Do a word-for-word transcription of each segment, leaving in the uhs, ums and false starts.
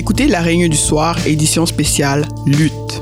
écoutez La Réunion du soir, édition spéciale Lutte.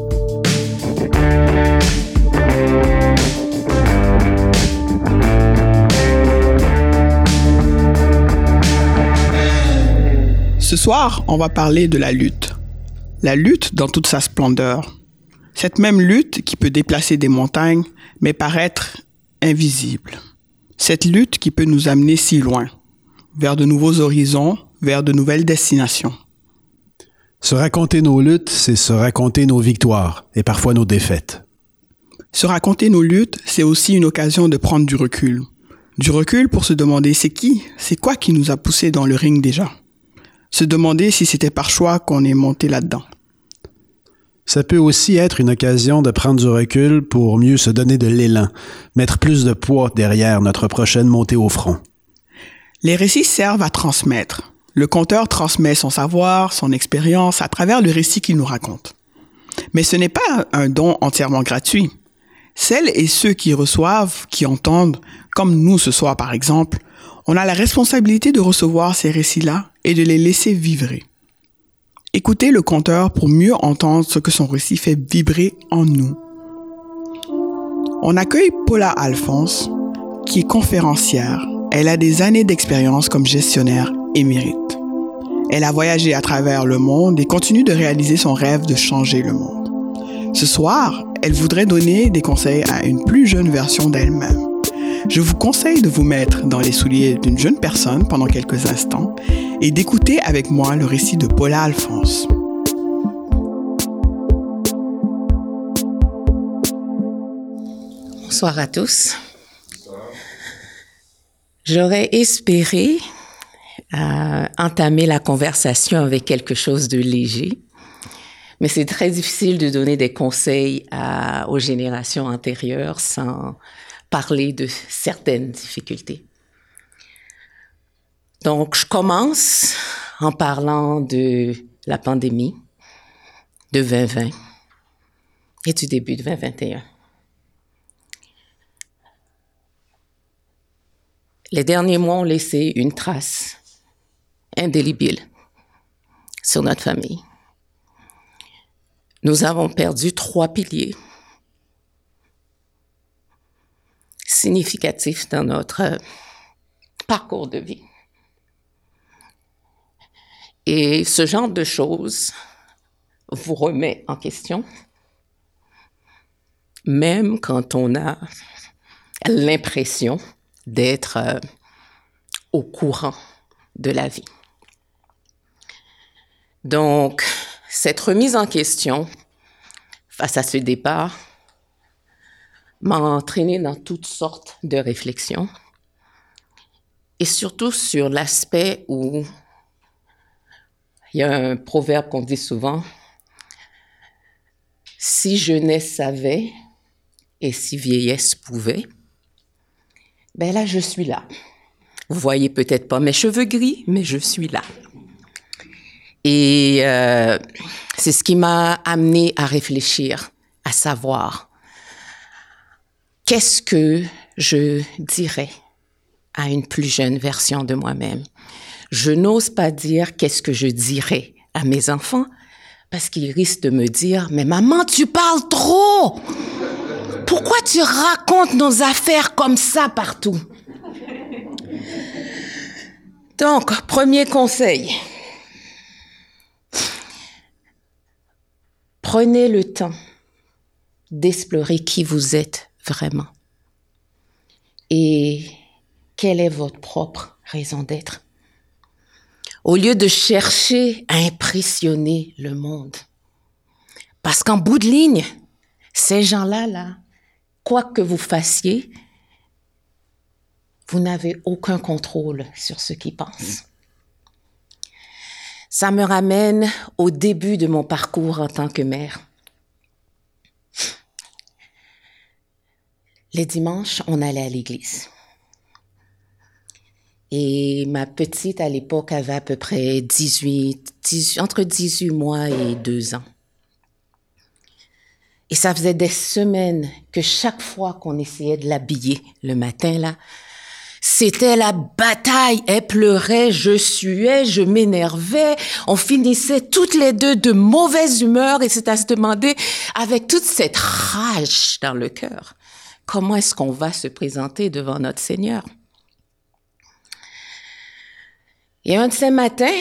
Ce soir, on va parler de la lutte. La lutte dans toute sa splendeur. Cette même lutte qui peut déplacer des montagnes, mais paraître invisible. Cette lutte qui peut nous amener si loin, vers de nouveaux horizons, vers de nouvelles destinations. Se raconter nos luttes, c'est se raconter nos victoires et parfois nos défaites. Se raconter nos luttes, c'est aussi une occasion de prendre du recul. Du recul pour se demander c'est qui, c'est quoi qui nous a poussés dans le ring déjà. Se demander si c'était par choix qu'on est monté là-dedans. Ça peut aussi être une occasion de prendre du recul pour mieux se donner de l'élan, mettre plus de poids derrière notre prochaine montée au front. Les récits servent à transmettre. Le conteur transmet son savoir, son expérience à travers le récit qu'il nous raconte. Mais ce n'est pas un don entièrement gratuit. Celles et ceux qui reçoivent, qui entendent, comme nous ce soir par exemple, on a la responsabilité de recevoir ces récits-là et de les laisser vibrer. Écoutez le conteur pour mieux entendre ce que son récit fait vibrer en nous. On accueille Paula Alphonse, qui est conférencière. Elle a des années d'expérience comme gestionnaire émérite. Elle a voyagé à travers le monde et continue de réaliser son rêve de changer le monde. Ce soir, elle voudrait donner des conseils à une plus jeune version d'elle-même. Je vous conseille de vous mettre dans les souliers d'une jeune personne pendant quelques instants et d'écouter avec moi le récit de Paula Alphonse. Bonsoir à tous. J'aurais espéré euh, entamer la conversation avec quelque chose de léger, mais c'est très difficile de donner des conseils à, aux générations antérieures sans parler de certaines difficultés. Donc, je commence en parlant de la pandémie de vingt vingt et du début de vingt vingt et un. Les derniers mois ont laissé une trace indélébile sur notre famille. Nous avons perdu trois piliers significatifs dans notre parcours de vie. Et ce genre de choses vous remet en question, même quand on a l'impression d'être euh, au courant de la vie. Donc, cette remise en question face à ce départ m'a entraînée dans toutes sortes de réflexions et surtout sur l'aspect où il y a un proverbe qu'on dit souvent, « Si jeunesse savait et si vieillesse pouvait », ben là, je suis là. Vous voyez peut-être pas mes cheveux gris, mais je suis là. Et euh, c'est ce qui m'a amenée à réfléchir, à savoir qu'est-ce que je dirais à une plus jeune version de moi-même. Je n'ose pas dire qu'est-ce que je dirais à mes enfants parce qu'ils risquent de me dire « Mais maman, tu parles trop! Pourquoi tu racontes nos affaires comme ça partout? » Donc, premier conseil. Prenez le temps d'explorer qui vous êtes vraiment et quelle est votre propre raison d'être. Au lieu de chercher à impressionner le monde. Parce qu'en bout de ligne, ces gens-là, là, quoi que vous fassiez, vous n'avez aucun contrôle sur ce qu'ils pensent. Ça me ramène au début de mon parcours en tant que mère. Les dimanches, on allait à l'église. Et ma petite, à l'époque, avait à peu près dix-huit, dix, entre dix-huit mois et deux ans. Et ça faisait des semaines que chaque fois qu'on essayait de l'habiller le matin, là, C'était la bataille. Elle pleurait, je suais, je m'énervais. On finissait toutes les deux de mauvaise humeur et c'est à se demander, avec toute cette rage dans le cœur, comment est-ce qu'on va se présenter devant notre Seigneur? Et un de ces matins,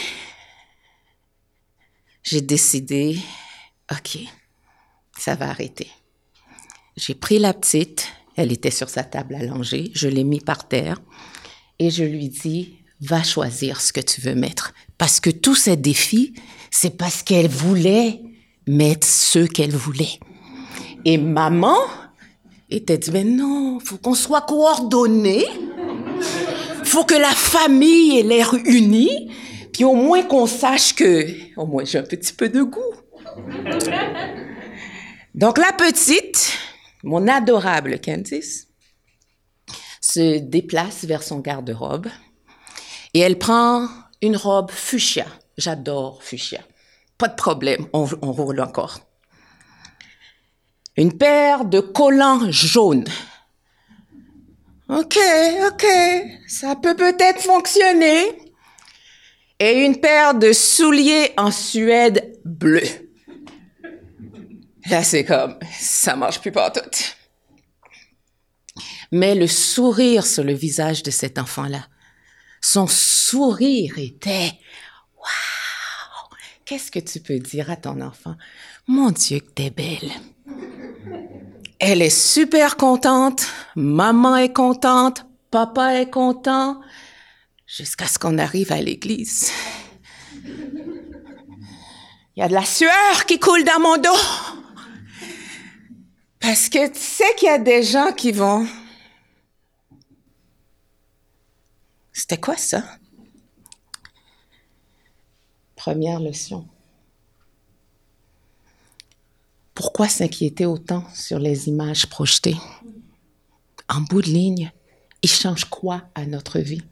j'ai décidé, OK, ça va arrêter. J'ai pris la petite, elle était sur sa table à langer, je l'ai mis par terre et je lui dis, va choisir ce que tu veux mettre. Parce que tous ces défis, c'est parce qu'elle voulait mettre ce qu'elle voulait. Et maman était dit, mais non, faut qu'on soit coordonnés, faut que la famille ait l'air unie, puis au moins qu'on sache que, au moins j'ai un petit peu de goût. Donc la petite, mon adorable Candice, se déplace vers son garde-robe et elle prend une robe fuchsia. J'adore fuchsia. Pas de problème, on, on roule encore. Une paire de collants jaunes. OK, OK, ça peut peut-être fonctionner. Et une paire de souliers en suède bleu. Là, c'est comme, ça marche plus partout. Mais le sourire sur le visage de cet enfant-là, son sourire était, waouh! Qu'est-ce que tu peux dire à ton enfant? Mon Dieu, que t'es belle. Elle est super contente, maman est contente, papa est content, jusqu'à ce qu'on arrive à l'église. Il y a de la sueur qui coule dans mon dos. Parce que tu sais qu'il y a des gens qui vont... C'était quoi ça? Première leçon. Pourquoi s'inquiéter autant sur les images projetées? En bout de ligne, ils changent quoi à notre vie?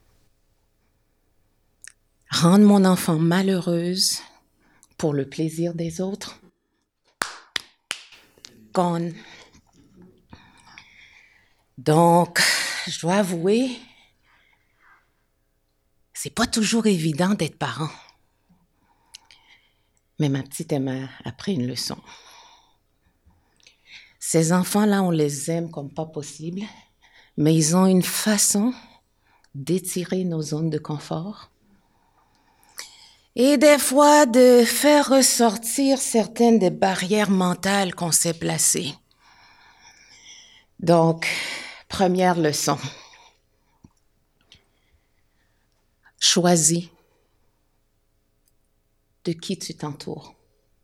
Rendre mon enfant malheureuse pour le plaisir des autres? Gone. Donc, je dois avouer, c'est pas toujours évident d'être parent. Mais ma petite, elle m'a appris une leçon. Ces enfants-là, on les aime comme pas possible, mais ils ont une façon d'étirer nos zones de confort et des fois de faire ressortir certaines des barrières mentales qu'on s'est placées. Donc, première leçon. Choisis de qui tu t'entoures.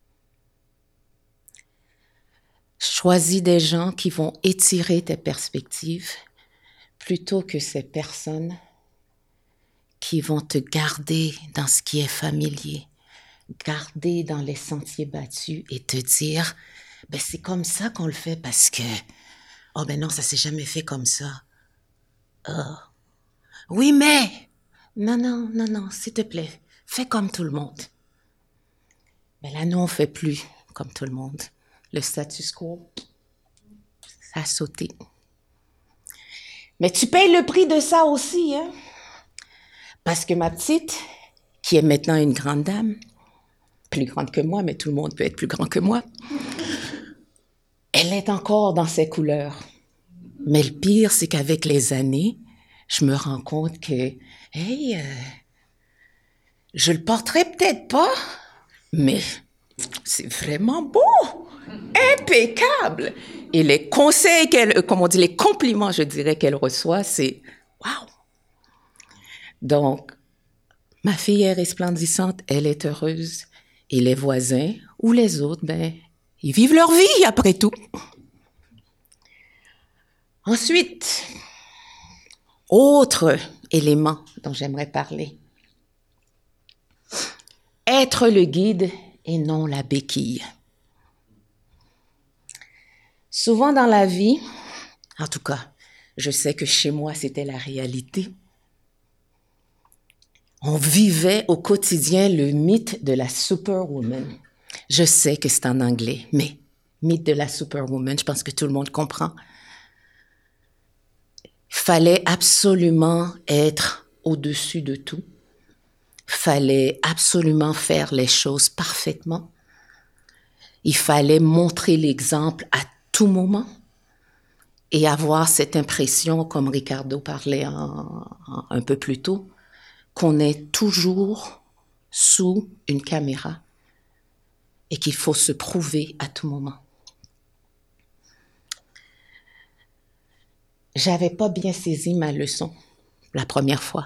Choisis des gens qui vont étirer tes perspectives plutôt que ces personnes qui vont te garder dans ce qui est familier, garder dans les sentiers battus et te dire, ben c'est comme ça qu'on le fait parce que, oh ben non, ça s'est jamais fait comme ça. Oh. Oui, mais, non, non, non, non, s'il te plaît, fais comme tout le monde. Mais là, nous, on fait plus comme tout le monde. Le status quo, ça a sauté. Mais tu payes le prix de ça aussi, hein? Parce que ma petite, qui est maintenant une grande dame, plus grande que moi, mais tout le monde peut être plus grand que moi, elle est encore dans ses couleurs. Mais le pire, c'est qu'avec les années, je me rends compte que, hey, euh, je le porterai peut-être pas, mais c'est vraiment beau, impeccable. Et les conseils qu'elle, comme on dit, les compliments, je dirais, qu'elle reçoit, c'est waouh. Donc, ma fille est resplendissante, elle est heureuse. Et les voisins ou les autres, ben, ils vivent leur vie après tout. Ensuite, autre élément dont j'aimerais parler. Être le guide et non la béquille. Souvent dans la vie, en tout cas, je sais que chez moi, c'était la réalité. On vivait au quotidien le mythe de la superwoman. Je sais que c'est en anglais, mais mythe de la superwoman, je pense que tout le monde comprend. fallait absolument être au-dessus de tout. Fallait absolument faire les choses parfaitement. Il fallait montrer l'exemple à tout moment et avoir cette impression, comme Ricardo parlait en, en, un peu plus tôt, qu'on est toujours sous une caméra et qu'il faut se prouver à tout moment. J'avais pas bien saisi ma leçon la première fois.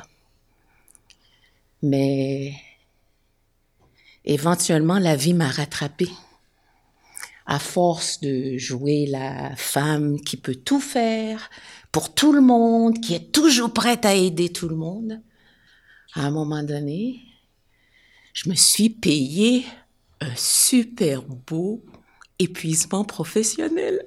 Mais éventuellement, la vie m'a rattrapée. À force de jouer la femme qui peut tout faire pour tout le monde, qui est toujours prête à aider tout le monde, à un moment donné, je me suis payé un super beau épuisement professionnel.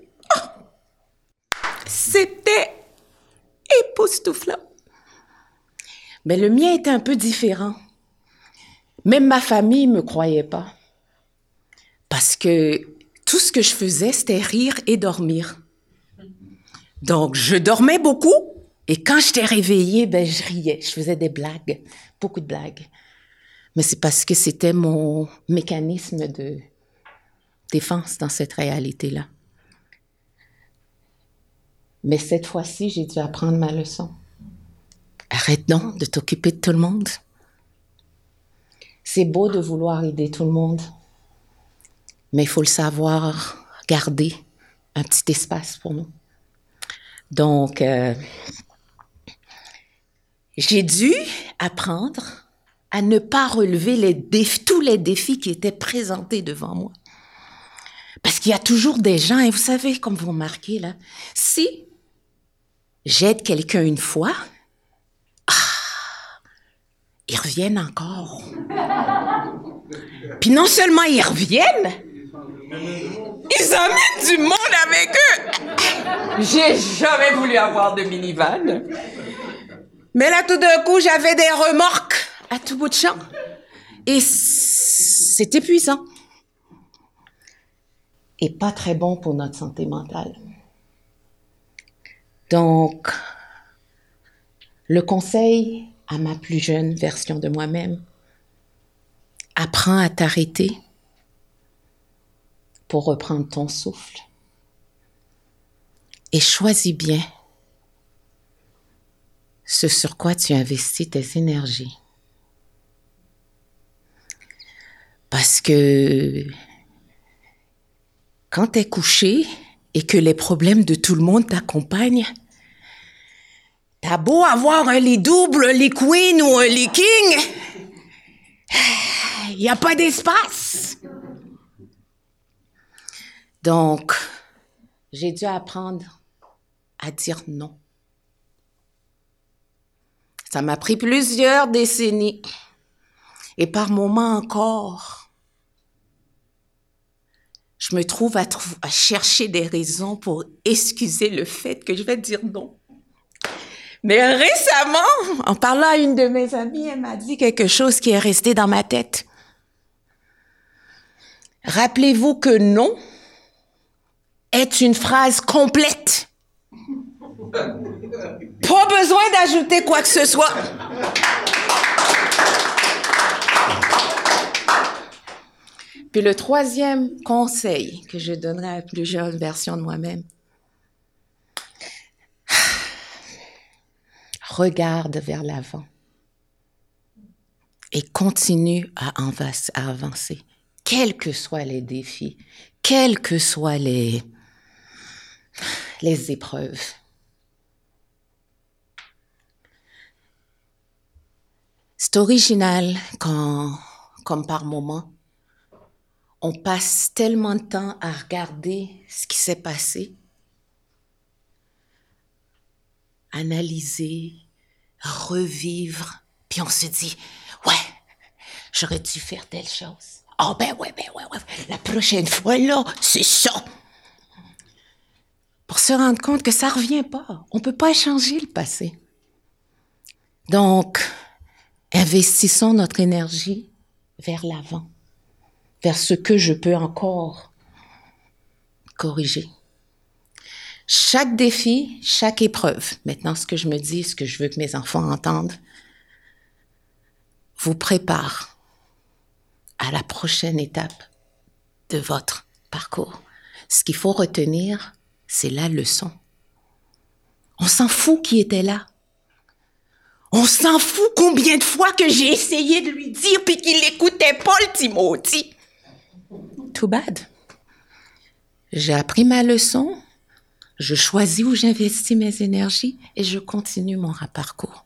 C'était époustouflant. Mais le mien était un peu différent. Même ma famille ne me croyait pas. Parce que tout ce que je faisais, c'était rire et dormir. Donc, je dormais beaucoup et quand j'étais réveillée, ben, je riais. Je faisais des blagues, beaucoup de blagues. Mais c'est parce que c'était mon mécanisme de défense dans cette réalité-là. Mais cette fois-ci, j'ai dû apprendre ma leçon. Arrête donc de t'occuper de tout le monde. C'est beau de vouloir aider tout le monde, mais il faut le savoir garder un petit espace pour nous. Donc, euh, j'ai dû apprendre à ne pas relever les défis, tous les défis qui étaient présentés devant moi. Parce qu'il y a toujours des gens, et vous savez, comme vous remarquez là, si j'aide quelqu'un une fois, ils reviennent encore. Puis non seulement ils reviennent, ils amènent du monde avec eux. J'ai jamais voulu avoir de minivan. Mais là, tout d'un coup, j'avais des remorques à tout bout de champ. Et c'est épuisant. Et pas très bon pour notre santé mentale. Donc, le conseil à ma plus jeune version de moi-même, apprends à t'arrêter pour reprendre ton souffle et choisis bien ce sur quoi tu investis tes énergies. Parce que quand tu es couché et que les problèmes de tout le monde t'accompagnent, t'as beau avoir un lit double, un lit queen ou un lit king, il n'y a pas d'espace. Donc, j'ai dû apprendre à dire non. Ça m'a pris plusieurs décennies. Et par moments encore, je me trouve à, trou- à chercher des raisons pour excuser le fait que je vais dire non. Mais récemment, en parlant à une de mes amies, elle m'a dit quelque chose qui est resté dans ma tête. Rappelez-vous que non est une phrase complète. Pas besoin d'ajouter quoi que ce soit. Puis le troisième conseil que je donnerai à la plus jeune version de moi-même, regarde vers l'avant et continue à avancer, quels que soient les défis, quelles que soient les, les épreuves. C'est original quand, comme par moments, on passe tellement de temps à regarder ce qui s'est passé, analyser, revivre, puis on se dit, ouais, j'aurais dû faire telle chose. Oh ben ouais, ben ouais, ouais, la prochaine fois, là, c'est ça. Pour se rendre compte que ça revient pas. On peut pas changer le passé. Donc, investissons notre énergie vers l'avant, vers ce que je peux encore corriger. Chaque défi, chaque épreuve, maintenant ce que je me dis, ce que je veux que mes enfants entendent, vous prépare à la prochaine étape de votre parcours. Ce qu'il faut retenir, c'est la leçon. On s'en fout qui était là. On s'en fout combien de fois que j'ai essayé de lui dire puis qu'il n'écoutait pas le Timothy. Too bad. J'ai appris ma leçon, je choisis où j'investis mes énergies et je continue mon parcours.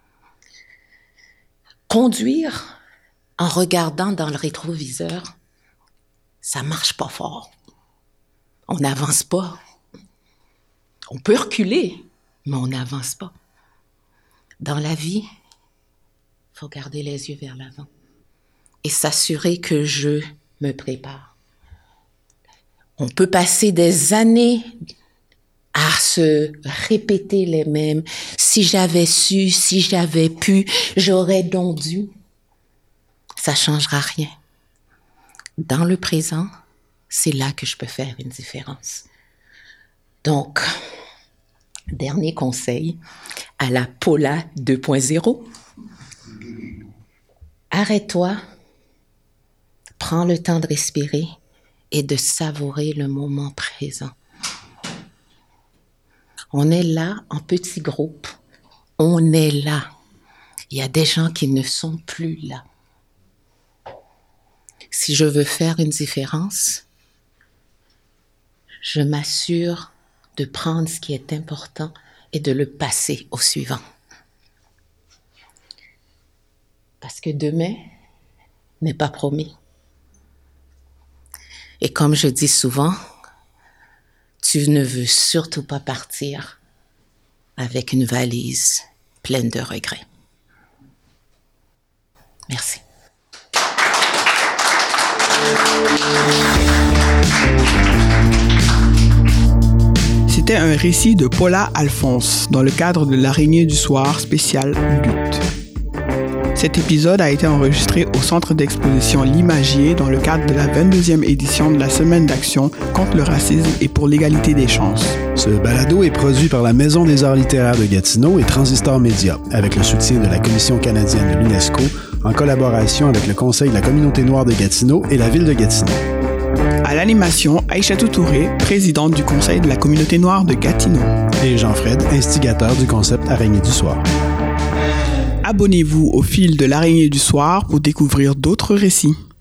Conduire en regardant dans le rétroviseur, ça marche pas fort. On n'avance pas. On peut reculer, mais on n'avance pas. Dans la vie, il faut garder les yeux vers l'avant et s'assurer que je me prépare. On peut passer des années à se répéter les mêmes. Si j'avais su, si j'avais pu, j'aurais donc dû. Ça ne changera rien. Dans le présent, c'est là que je peux faire une différence. Donc, dernier conseil à la Paula deux point zéro. Arrête-toi, prends le temps de respirer et de savourer le moment présent. On est là en petit groupe. On est là. Il y a des gens qui ne sont plus là. Si je veux faire une différence, je m'assure de prendre ce qui est important et de le passer au suivant. Parce que demain n'est pas promis. Et comme je dis souvent, tu ne veux surtout pas partir avec une valise pleine de regrets. Merci. C'était un récit de Paula Alphonse dans le cadre de l'Araignée du soir spécial Lutte. Cet épisode a été enregistré au Centre d'exposition L'Imagier dans le cadre de la vingt-deuxième édition de la Semaine d'action contre le racisme et pour l'égalité des chances. Ce balado est produit par la Maison des arts littéraires de Gatineau et Transistor Média, avec le soutien de la Commission canadienne de l'UNESCO, en collaboration avec le Conseil de la communauté noire de Gatineau et la Ville de Gatineau. À l'animation, Aïchatou Touré, présidente du Conseil de la communauté noire de Gatineau. Et Jean-Fred, instigateur du concept Araignée du soir. Abonnez-vous au fil de l'Araignée du soir pour découvrir d'autres récits.